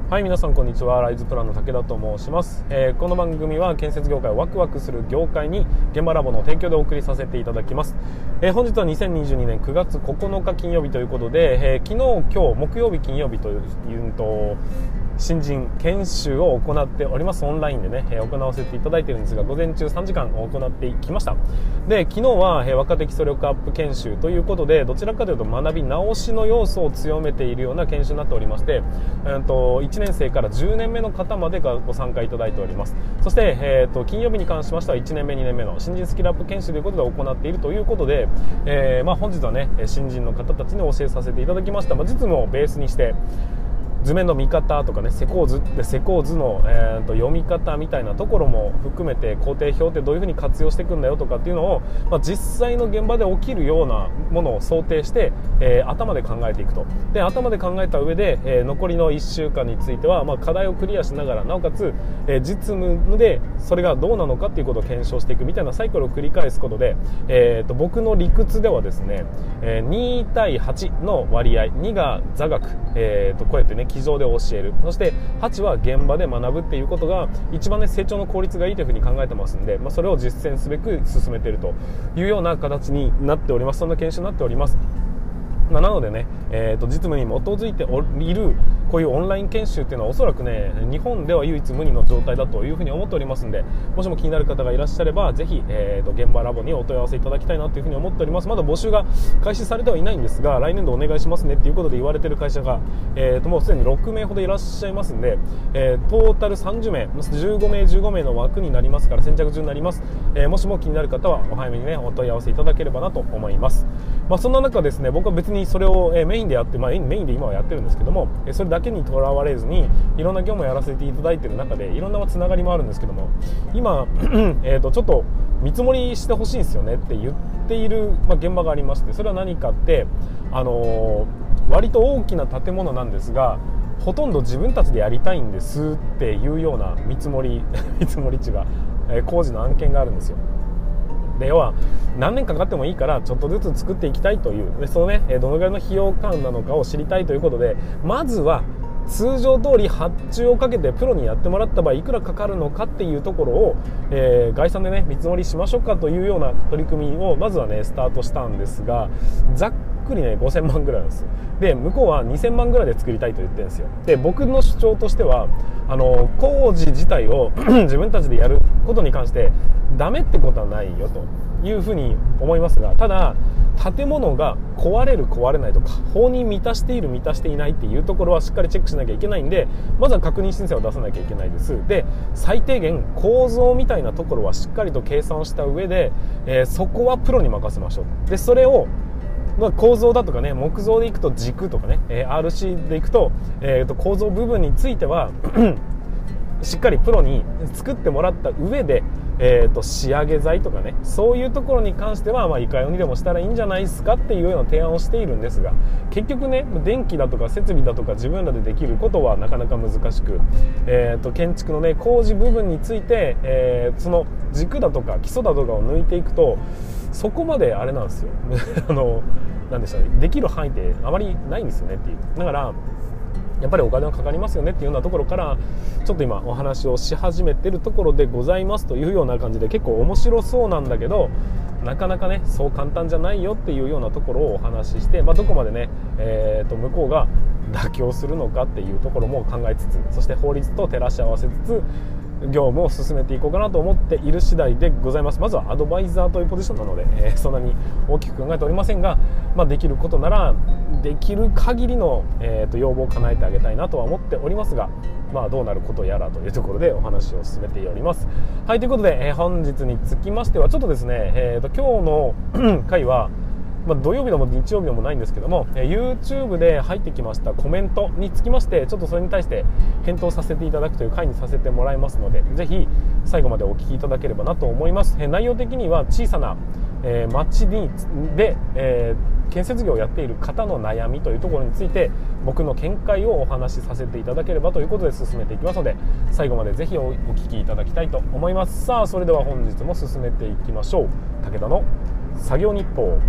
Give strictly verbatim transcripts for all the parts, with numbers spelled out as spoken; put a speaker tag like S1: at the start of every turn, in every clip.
S1: はい、皆さんこんにちは。ライズプランの武田と申します、えー、この番組は建設業界をワクワクする業界に現場ラボの提供でお送りさせていただきます、えー、本日はにせんにじゅうにねんくがつここのか金曜日ということで、えー、昨日、今日、木曜日、金曜日というと新人研修を行っております。オンラインでね、えー、行わせていただいているんですが、午前中さんじかん行ってきました。で、昨日は、えー、若手基礎力アップ研修ということで、どちらかというと学び直しの要素を強めているような研修になっておりまして、えー、といちねん生からじゅうねんめの方までがご参加いただいております。そして、えー、と金曜日に関しましてはいちねんめにねんめの新人スキルアップ研修ということで行っているということで、えーまあ、本日はね新人の方たちに教えさせていただきました。まあ、実務をベースにして図面の見方とかね、施工図って施工図の、えー、と読み方みたいなところも含めて、工程表ってどういうふうに活用していくんだよとかっていうのを、まあ、実際の現場で起きるようなものを想定して、えー、頭で考えていくと。で、頭で考えた上で、えー、残りのいっしゅうかんについては、まあ、課題をクリアしながら、なおかつ、えー、実務でそれがどうなのかっていうことを検証していくみたいなサイクルを繰り返すことで、えー、と僕の理屈ではですね、えー、にたいはちの割合、にが座学、えー、とこうやってね机上で教える、そしてはちは現場で学ぶっていうことが一番ね成長の効率がいいというふうに考えてますんで、まあ、それを実践すべく進めているというような形になっております。そんな研修になっております。まあ、なのでね、えー、と実務に基づいているこういうオンライン研修っていうのはおそらくね日本では唯一無二の状態だというふうに思っておりますので、もしも気になる方がいらっしゃればぜひ、えー、と現場ラボにお問い合わせいただきたいなというふうに思っております。まだ募集が開始されてはいないんですが、来年度お願いしますねっていうことで言われている会社が、えー、ともうすでにろくめいほどいらっしゃいますんで、えー、トータルさんじゅうめい、じゅうごめいじゅうごめいの枠になりますから先着順になります。えー、もしも気になる方はお早めにねお問い合わせいただければなと思います。まあ、そんな中ですね、僕は別にそれを、えー、メインでやって、まあ、メインで今はやってるんですけども、えー、それだけにとらわれずにいろんな業務をやらせていただいている中でいろんなつながりもあるんですけども、今えーとちょっと見積もりしてほしいんですよねって言っている、まあ、現場がありまして、それは何かって、あのー、割と大きな建物なんですがほとんど自分たちでやりたいんですっていうような見積もり見積もり地が、えー、工事の案件があるんですよ。で、要は何年かかってもいいからちょっとずつ作っていきたいという、でそのねどのぐらいの費用感なのかを知りたいということで、まずは通常通り発注をかけてプロにやってもらった場合いくらかかるのかっていうところを、えー、概算でね見積もりしましょうかというような取り組みをまずはねスタートしたんですが、ざっくりねごせんまんぐらいなんです。で、向こうはにせんまんぐらいで作りたいと言ってるんですよ。で、僕の主張としてはあの工事自体を自分たちでやることに関してダメってことはないよというふうに思いますが、ただ建物が壊れる壊れないとか法に満たしている満たしていないっていうところはしっかりチェックしなきゃいけないんで、まずは確認申請を出さなきゃいけないです。で、最低限構造みたいなところはしっかりと計算をした上で、えー、そこはプロに任せましょう。で、それをまあ、構造だとかね、木造でいくと軸とかね、えー、アールシー でいくと、えー、と構造部分についてはしっかりプロに作ってもらった上で、えー、と仕上げ材とかね、そういうところに関しては、まあ、いかようにでもしたらいいんじゃないですかっていうような提案をしているんですが、結局ね電気だとか設備だとか自分らでできることはなかなか難しく、えー、と建築のね工事部分について、えー、その軸だとか基礎だとかを抜いていくとそこまであれなんですよあのなんでしょうね、できる範囲ってあまりないんですよねっていう。だからやっぱりお金はかかりますよねっていうようなところからちょっと今お話をし始めてるところでございますというような感じで、結構面白そうなんだけどなかなかねそう簡単じゃないよっていうようなところをお話しして、まあ、どこまでね、えー、と向こうが妥協するのかっていうところも考えつつ、そして法律と照らし合わせつつ業務を進めていこうかなと思っている次第でございます。まずはアドバイザーというポジションなので、えー、そんなに大きく考えておりませんが、まあ、できることならできる限りの、えー、と要望を叶えてあげたいなとは思っておりますが、まあ、どうなることやらというところでお話を進めております。はい、ということで、えー、本日につきましてはちょっとですね、えー、と今日の回はまあ、土曜日でも日曜日でもないんですけども、えー、YouTube で入ってきましたコメントにつきましてちょっとそれに対して返答させていただくという回にさせてもらいますので、ぜひ最後までお聞きいただければなと思います。えー、内容的には小さな、えー、町にで、えー、建設業をやっている方の悩みというところについて僕の見解をお話しさせていただければということで進めていきますので、最後までぜひ お, お聞きいただきたいと思います。さあ、それでは本日も進めていきましょう。武田の作業日報。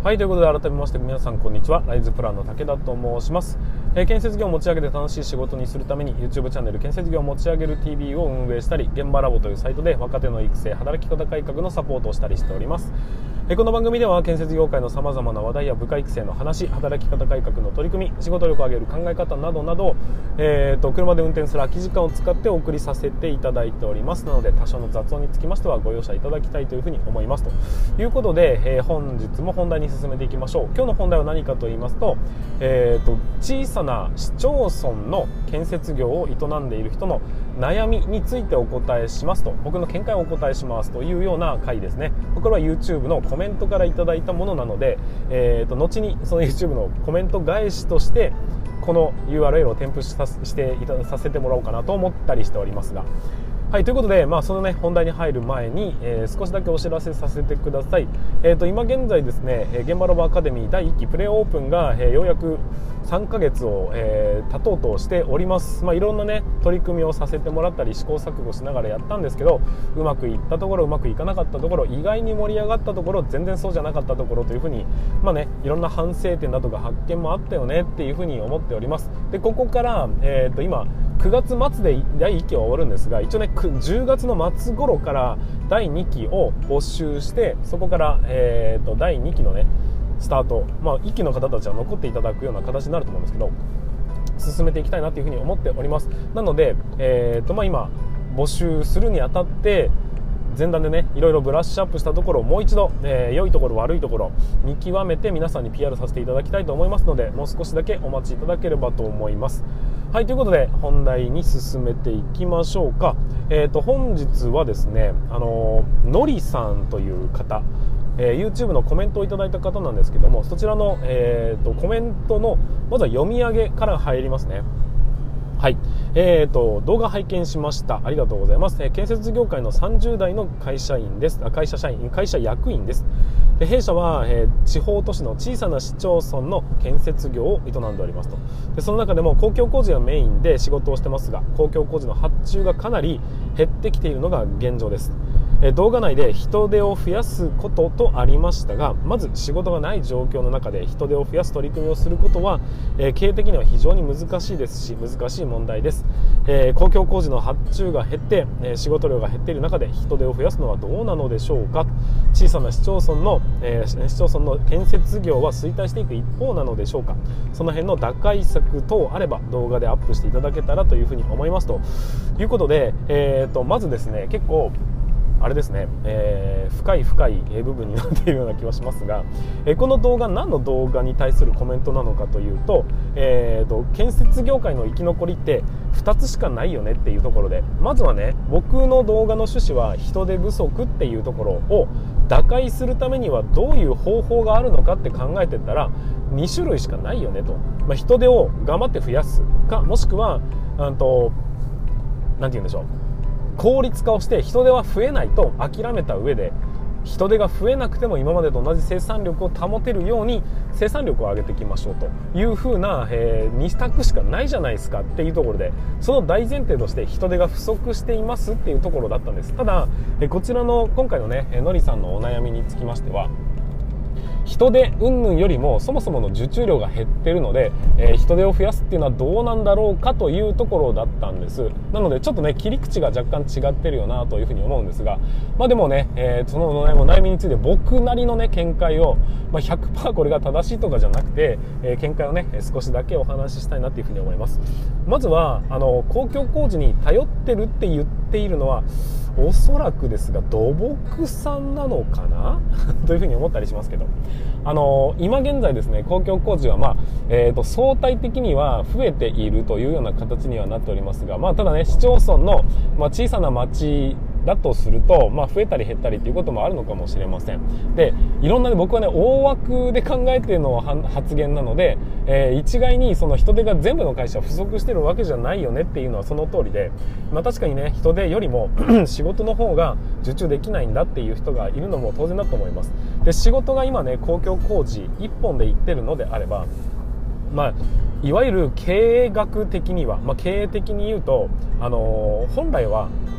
S1: はい、ということで改めまして皆さんこんにちは。ライズプランの武田と申します。えー、建設業を持ち上げて楽しい仕事にするために YouTube チャンネル建設業を持ち上げる ティービー を運営したり、現場ラボというサイトで若手の育成、働き方改革のサポートをしたりしております。えー、この番組では建設業界のさまざまな話題や部下育成の話、働き方改革の取り組み、仕事力を上げる考え方などなど、えー、と車で運転する空き時間を使ってお送りさせていただいております。なので多少の雑音につきましてはご容赦いただきたいというふうに思いますということで、えー、本日も本題に進めていきましょう。今日の本題は何かと言いますと、えー、と小さな市町村の建設業を営んでいる人の悩みについてお答えしますと、僕の見解をお答えしますというような回ですね。これは YouTube のコメントからいただいたものなので、えー、と後にその YouTube のコメント返しとしてこの ユーアールエル を添付さしていたさせてもらおうかなと思ったりしておりますが、はい、ということで、まあ、その、ね、本題に入る前に、えー、少しだけお知らせさせてください。えー、と今現在ですね、現場ラボアカデミーだいいっきプレオープンが、えー、ようやくさんかげつを、えー、経とうとしております。まあ、いろんな、ね、取り組みをさせてもらったり試行錯誤しながらやったんですけど、うまくいったところうまくいかなかったところ、意外に盛り上がったところ、全然そうじゃなかったところというふうに、まあね、いろんな反省点だとか発見もあったよねっていうふうに思っております。でここから、えー、と今くがつ末でだいいっきは終わるんですが、一応ねじゅうがつの末頃からだいにきを募集して、そこから、えー、とだいにきのねスタート、まあ、いっきの方たちは残っていただくような形になると思うんですけど、進めていきたいなというふうに思っております。なので、えーとまあ、今募集するにあたって前段でねいろいろブラッシュアップしたところをもう一度、えー、良いところ悪いところ見極めて皆さんに ピーアール させていただきたいと思いますので、もう少しだけお待ちいただければと思います。はい、ということで本題に進めていきましょうか。えーと本日はですね、あのー、のりさんという方、えー、YouTube のコメントをいただいた方なんですけども、そちらの、えーとコメントのまずは読み上げから入りますね。はい、えーと動画拝見しました。ありがとうございます。えー、建設業界のさんじゅうだいの会社員です。あ会社社員会社役員です。で弊社は、えー、地方都市の小さな市町村の建設業を営んでおりますと。でその中でも公共工事がメインで仕事をしてますが、公共工事の発注がかなり減ってきているのが現状です。えー、動画内で人手を増やすこととありましたが、まず仕事がない状況の中で人手を増やす取り組みをすることは、えー、経営的には非常に難しいですし難しい問題です。えー、公共工事の発注が減って、えー、仕事量が減っている中で人手を増やすのはどうなのでしょうか。小さな市町村の、えー、市町村の建設業は衰退していく一方なのでしょうか。その辺の打開策等あれば動画でアップしていただけたらというふうに思いますということで、えー、とまずですね結構あれですね、えー、深い深い部分になっているような気はしますが、えー、この動画何の動画に対するコメントなのかというと、えー、と建設業界の生き残りってふたつしかないよねっていうところで、まずはね僕の動画の趣旨は人手不足っていうところを打開するためにはどういう方法があるのかって考えてったらにしゅるいしかないよねと、まあ、人手を頑張って増やすか、もしくはなんとなんて言うんでしょう、効率化をして人手は増えないと諦めた上で、人手が増えなくても今までと同じ生産力を保てるように生産力を上げていきましょうという風な、えー、に択しかないじゃないですかっていうところで、その大前提として人手が不足していますっていうところだったんです。ただ、えー、こちらの今回のねのりさんのお悩みにつきましては、人手云々よりもそもそもの受注量が減っているので、えー、人手を増やすっていうのはどうなんだろうかというところだったんです。なのでちょっとね切り口が若干違ってるよなというふうに思うんですが、まあでもね、えー、そのお悩みについて僕なりのね見解を、まあ、ひゃくパーセント これが正しいとかじゃなくて、えー、見解をね少しだけお話ししたいなというふうに思います。まずはあの公共工事に頼ってるって言っているのはおそらくですが土木さんなのかなというふうに思ったりしますけど、あの今現在ですね公共工事は、まあえー、と相対的には増えているというような形にはなっておりますが、まあ、ただね市町村の、まあ、小さな町だとすると、まあ、増えたり減ったりということもあるのかもしれません。でいろんな、ね、僕はね大枠で考えているのは発言なので、えー、一概にその人手が全部の会社不足しているわけじゃないよねっていうのはその通りで、まあ、確かにね人手よりも仕事の方が受注できないんだっていう人がいるのも当然だと思います。で仕事が今ね公共工事一本で行ってるのであれば、まあいわゆる経営学的には、まあ、経営的に言うと、あのー、本来は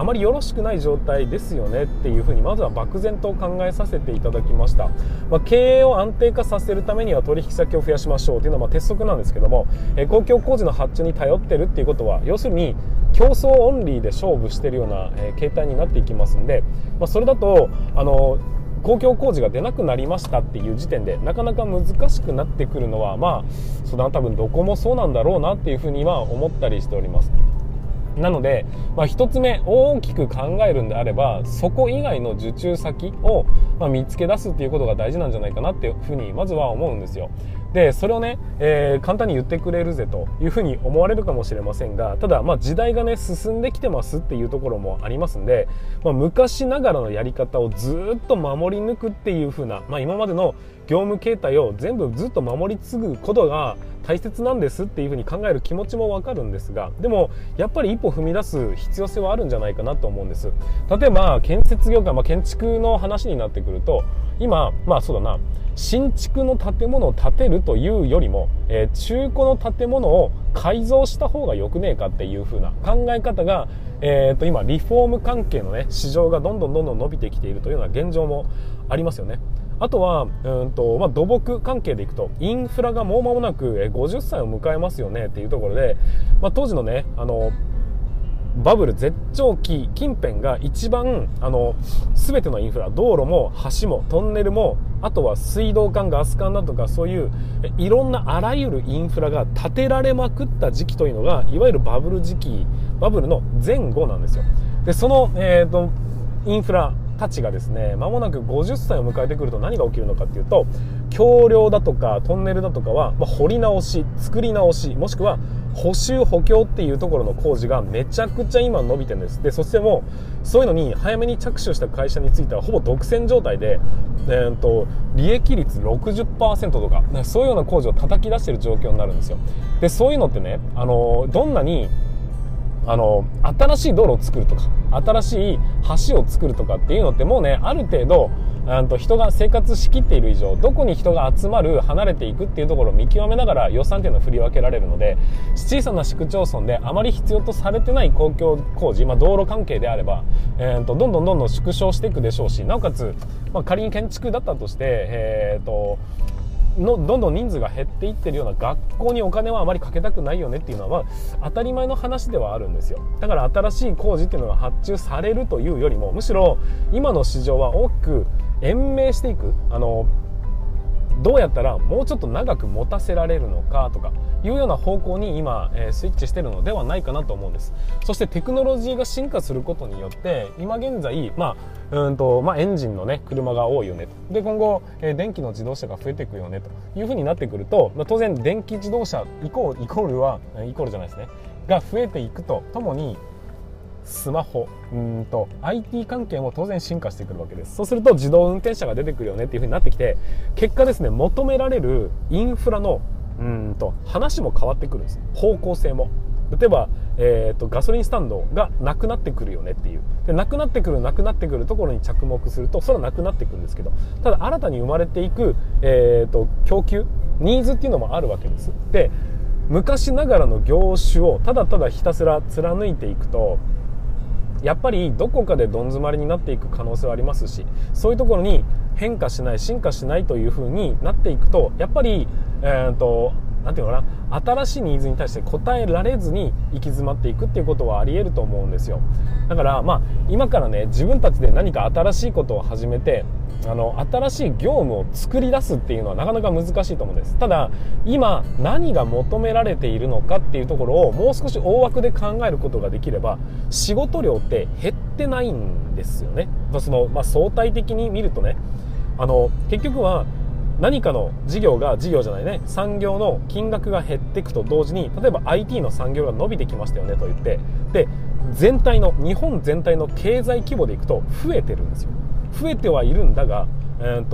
S1: あまりよろしくない状態ですよねっていうふうにまずは漠然と考えさせていただきました。まあ、経営を安定化させるためには取引先を増やしましょうというのはまあ鉄則なんですけども、えー、公共工事の発注に頼ってるっていうことは要するに競争オンリーで勝負しているような、えー、形態になっていきますんで、まあ、それだとあの公共工事が出なくなりましたっていう時点でなかなか難しくなってくるのは、まあそれは多分どこもそうなんだろうなっていうふうには思ったりしております。なので、まあ、一つ目大きく考えるんであればそこ以外の受注先を、まあ、見つけ出すっていうことが大事なんじゃないかなっていうふうにまずは思うんですよ。でそれをね、えー、簡単に言ってくれるぜというふうに思われるかもしれませんが、ただまあ時代がね進んできてますっていうところもありますんで、まあ、昔ながらのやり方をずっと守り抜くっていうふうな、まあ、今までの業務形態を全部ずっと守り継ぐことが大切なんですっていうふうに考える気持ちもわかるんですが、でもやっぱり一歩踏み出す必要性はあるんじゃないかなと思うんです。例えば建設業界、まあ、建築の話になってくると今まあそうだな新築の建物を建てるというよりも、えー、中古の建物を改造した方がよくねえかっていう風な考え方が、えー、と今リフォーム関係のね市場がどんどんどんどん伸びてきているというような現状もありますよね。あとはうんと、まあ、土木関係でいくとインフラがもう間もなくごじゅっさいを迎えますよねっていうところで、まあ、当時のねあのバブル絶頂期近辺が一番あの全てのインフラ、道路も橋もトンネルもあとは水道管ガス管だとかそういういろんなあらゆるインフラが建てられまくった時期というのがいわゆるバブル時期、バブルの前後なんですよ。でその、えーと、インフラたちがですね間もなくごじゅっさいを迎えてくると何が起きるのかっていうと、橋梁だとかトンネルだとかは、まあ、掘り直し作り直しもしくは補修補強っていうところの工事がめちゃくちゃ今伸びてるんです。でそしてもそういうのに早めに着手した会社についてはほぼ独占状態で、えー、と利益率 ろくじゅっパーセント とかそういうような工事を叩き出してる状況になるんですよ。でそういうのってねあのどんなにあの新しい道路を作るとか新しい橋を作るとかっていうのってもうねある程度と人が生活しきっている以上どこに人が集まる離れていくっていうところを見極めながら予算っていうのを振り分けられるので、小さな市区町村であまり必要とされてない公共工事、まあ、道路関係であれば、えー、とどんどんどんどん縮小していくでしょうし、なおかつ、まあ、仮に建築だったとして、えー、とのどんどん人数が減っていってるような学校にお金はあまりかけたくないよねっていうのは、まあ、当たり前の話ではあるんですよ。だから新しい工事っていうのが発注されるというよりもむしろ今の市場は大きく延命していく、あのどうやったらもうちょっと長く持たせられるのかとかいうような方向に今、えー、スイッチしてるのではないかなと思うんです。そしてテクノロジーが進化することによって今現在、まあうんとまあ、エンジンの、ね、車が多いよねと。で今後、えー、電気の自動車が増えていくよねというふうになってくると、まあ、当然電気自動車イコールイコールはイコールじゃないですねが増えていくとともにスマホうんと アイティー 関係も当然進化してくるわけです。そうすると自動運転車が出てくるよねっていう風になってきて、結果ですね求められるインフラのうんと話も変わってくるんです。方向性も例えば、えー、とガソリンスタンドがなくなってくるよねっていうでなくなってくるなくなってくるところに着目するとそれはなくなってくるんですけど、ただ新たに生まれていく、えー、と供給ニーズっていうのもあるわけです。で昔ながらの業種をただただひたすら貫いていくとやっぱりどこかでどん詰まりになっていく可能性はありますし、そういうところに変化しない進化しないという風になっていくとやっぱり、えー、となんていうのかな新しいニーズに対して応えられずに行き詰まっていくっていうことはあり得ると思うんですよ。だからまあ今からね自分たちで何か新しいことを始めてあの新しい業務を作り出すっていうのはなかなか難しいと思うんです。ただ今何が求められているのかっていうところをもう少し大枠で考えることができれば仕事量って減ってないんですよね。その、まあ、相対的に見るとねあの結局は何かの事業が事業じゃないね産業の金額が減っていくと同時に例えば アイティー の産業が伸びてきましたよねと言ってで全体の日本全体の経済規模でいくと増えてるんですよ。増えてはいるんだが、えーと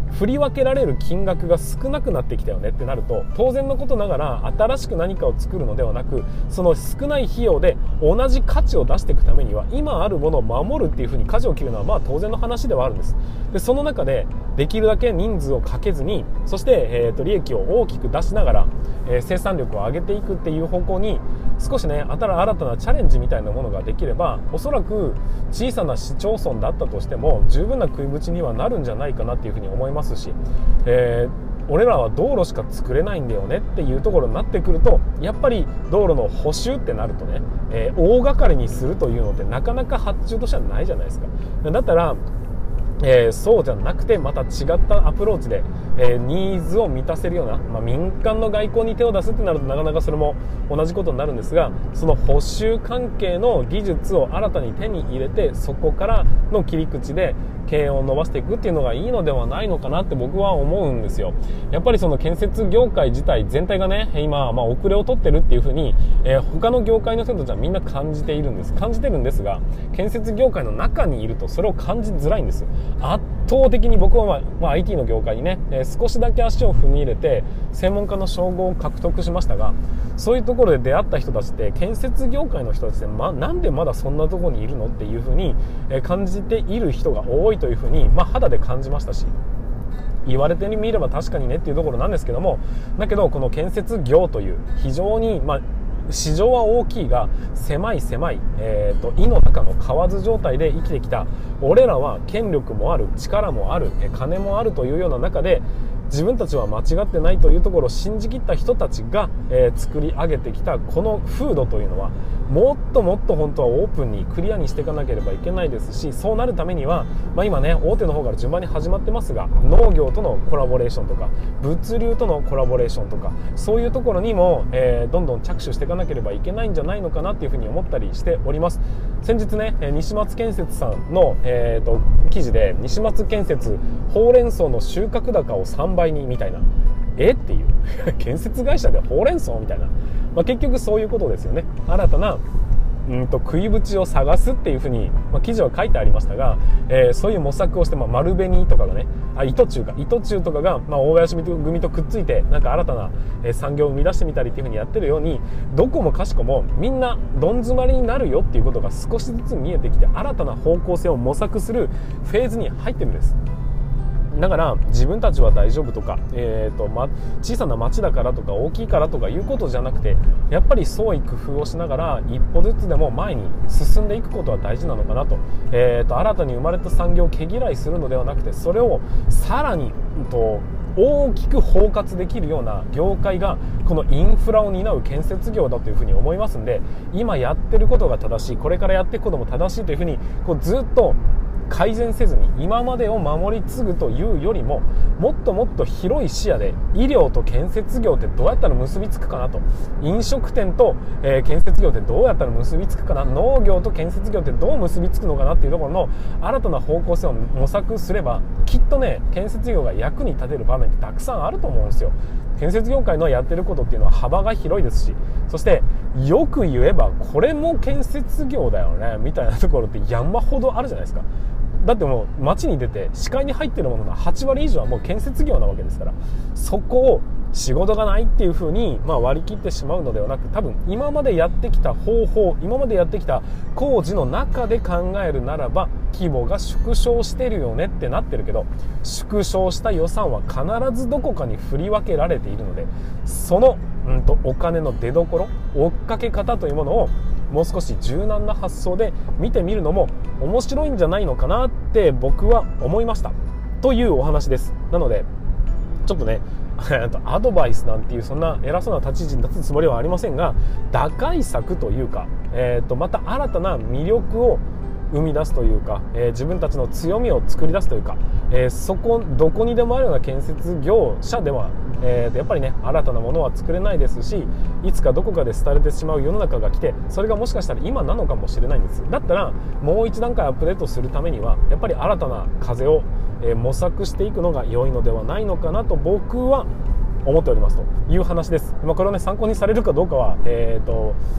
S1: 振り分けられる金額が少なくなってきたよねってなると、当然のことながら新しく何かを作るのではなく、その少ない費用で同じ価値を出していくためには今あるものを守るっていう風に舵を切るのはまあ当然の話ではあるんです。でその中でできるだけ人数をかけずに、そして、えー、と利益を大きく出しながら、えー、生産力を上げていくっていう方向に少しね、新たなチャレンジみたいなものができれば、おそらく小さな市町村だったとしても十分な食い口にはなるんじゃないかなっていう風に思いますし、えー、俺らは道路しか作れないんだよねっていうところになってくると、やっぱり道路の補修ってなるとね、えー、大掛かりにするというのってなかなか発注としてはないじゃないですか。だったらえー、そうじゃなくてまた違ったアプローチで、えー、ニーズを満たせるような、まあ、民間の外交に手を出すってなるとなかなかそれも同じことになるんですが、その補修関係の技術を新たに手に入れて、そこからの切り口で経営を伸ばしていくっていうのがいいのではないのかなって僕は思うんですよ。やっぱりその建設業界自体全体がね、今、まあ、遅れを取ってるっていうふうに、えー、他の業界の人たちはみんな感じているんです感じてるんですが、建設業界の中にいるとそれを感じづらいんです。圧倒的に僕は、まあまあ、アイティー の業界にね、えー、少しだけ足を踏み入れて専門家の称号を獲得しましたが、そういうところで出会った人たちって建設業界の人たちで、ま、なんでまだそんなところにいるのっていうふうに、えー、感じている人が多いというふうに、まあ、肌で感じましたし、言われてみれば確かにねっていうところなんですけども、だけどこの建設業という非常に、まあ市場は大きいが狭い狭い、えーと、井の中の蛙状態で生きてきた俺らは、権力もある、力もある、金もあるというような中で、自分たちは間違ってないというところを信じきった人たちが、えー、作り上げてきたこの風土というのは、もっともっと本当はオープンにクリアにしていかなければいけないですし、そうなるためには、まあ、今ね大手の方から順番に始まってますが、農業とのコラボレーションとか物流とのコラボレーションとか、そういうところにも、えー、どんどん着手していかなければいけないんじゃないのかなっていうふうに思ったりしております。先日ね、西松建設さんの、えー、と記事で、西松建設ほうれん草の収穫高をさんばいにみたいな、えっていう建設会社でほうれん草みたいな、まあ、結局そういうことですよね。新たなうんと食い縁を探すっていうふうに、まあ、記事は書いてありましたが、えー、そういう模索をして、まあ、丸紅とかがね、あ糸中か糸中とかが、まあ、大林組とくっついてなんか新たな、えー、産業を生み出してみたりっていうふうにやってるように、どこもかしこもみんなどん詰まりになるよっていうことが少しずつ見えてきて、新たな方向性を模索するフェーズに入ってるんです。だから自分たちは大丈夫とか、えーとま、小さな町だからとか大きいからとかいうことじゃなくて、やっぱり創意工夫をしながら一歩ずつでも前に進んでいくことは大事なのかなと、えーと新たに生まれた産業を毛嫌いするのではなくて、それをさらに、うんと大きく包括できるような業界がこのインフラを担う建設業だというふうに思いますんで、今やってることが正しい、これからやっていくことも正しいというふうにこうずっと改善せずに今までを守り継ぐというよりも、もっともっと広い視野で医療と建設業ってどうやったら結びつくかなと、飲食店と、えー、建設業ってどうやったら結びつくかな、農業と建設業ってどう結びつくのかなっていうところの新たな方向性を模索すれば、きっとね建設業が役に立てる場面ってたくさんあると思うんですよ。建設業界のやってることっていうのは幅が広いですし、そしてよく言えばこれも建設業だよねみたいなところって山ほどあるじゃないですか。だってもう街に出て視界に入っているもののはちわり以上はもう建設業なわけですから、そこを仕事がないっていう風にまあ割り切ってしまうのではなく、多分今までやってきた方法、今までやってきた工事の中で考えるならば規模が縮小してるよねってなってるけど、縮小した予算は必ずどこかに振り分けられているので、その、うんとお金の出所、追っかけ方というものをもう少し柔軟な発想で見てみるのも面白いんじゃないのかなって僕は思いましたというお話です。なのでちょっとねアドバイスなんていうそんな偉そうな立ち位置に立つつもりはありませんが、打開策というか、えーとまた新たな魅力を生み出すというか、えー、自分たちの強みを作り出すというか、えー、そこどこにでもあるような建設業者では、えー、やっぱりね新たなものは作れないですし、いつかどこかで廃れてしまう世の中が来て、それがもしかしたら今なのかもしれないんです。だったらもう一段階アップデートするためにはやっぱり新たな風を、えー、模索していくのが良いのではないのかなと僕は思っておりますという話です。まあ、これをね参考にされるかどうかは、えーと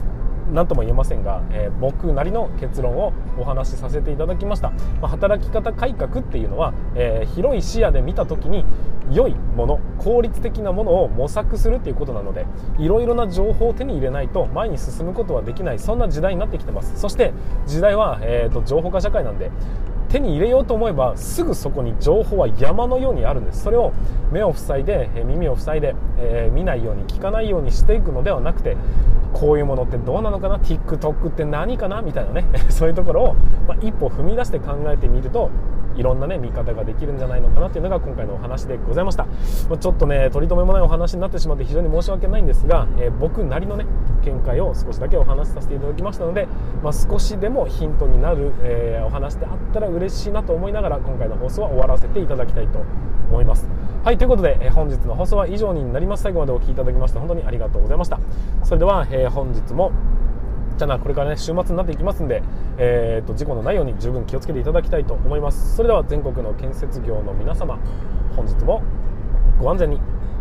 S1: 何とも言えませんが、えー、僕なりの結論をお話しさせていただきました。まあ、働き方改革っていうのは、えー、広い視野で見た時に良いもの、効率的なものを模索するっていうことなので、いろいろな情報を手に入れないと前に進むことはできない、そんな時代になってきてます。そして時代は、えーと、情報化社会なんで、手に入れようと思えばすぐそこに情報は山のようにあるんです。それを目を塞いで、耳を塞いで、えー、見ないように聞かないようにしていくのではなくて、こういうものってどうなのかな、 TikTok って何かなみたいなねそういうところを、まあ、一歩踏み出して考えてみるといろんなね見方ができるんじゃないのかなっていうのが今回のお話でございました。ちょっとね取り留めもないお話になってしまって非常に申し訳ないんですが、えー、僕なりのね見解を少しだけお話しさせていただきましたので、まあ、少しでもヒントになる、えー、お話であったら嬉しいなと思いながら今回の放送は終わらせていただきたいと思います。はい、ということで、えー、本日の放送は以上になります。最後までお聞きいただきまして本当にありがとうございました。それでは、えー、本日もじゃあなこれからね週末になっていきますんで、えー、と事故のないように十分気をつけていただきたいと思います。それでは全国の建設業の皆様、本日もご安全に。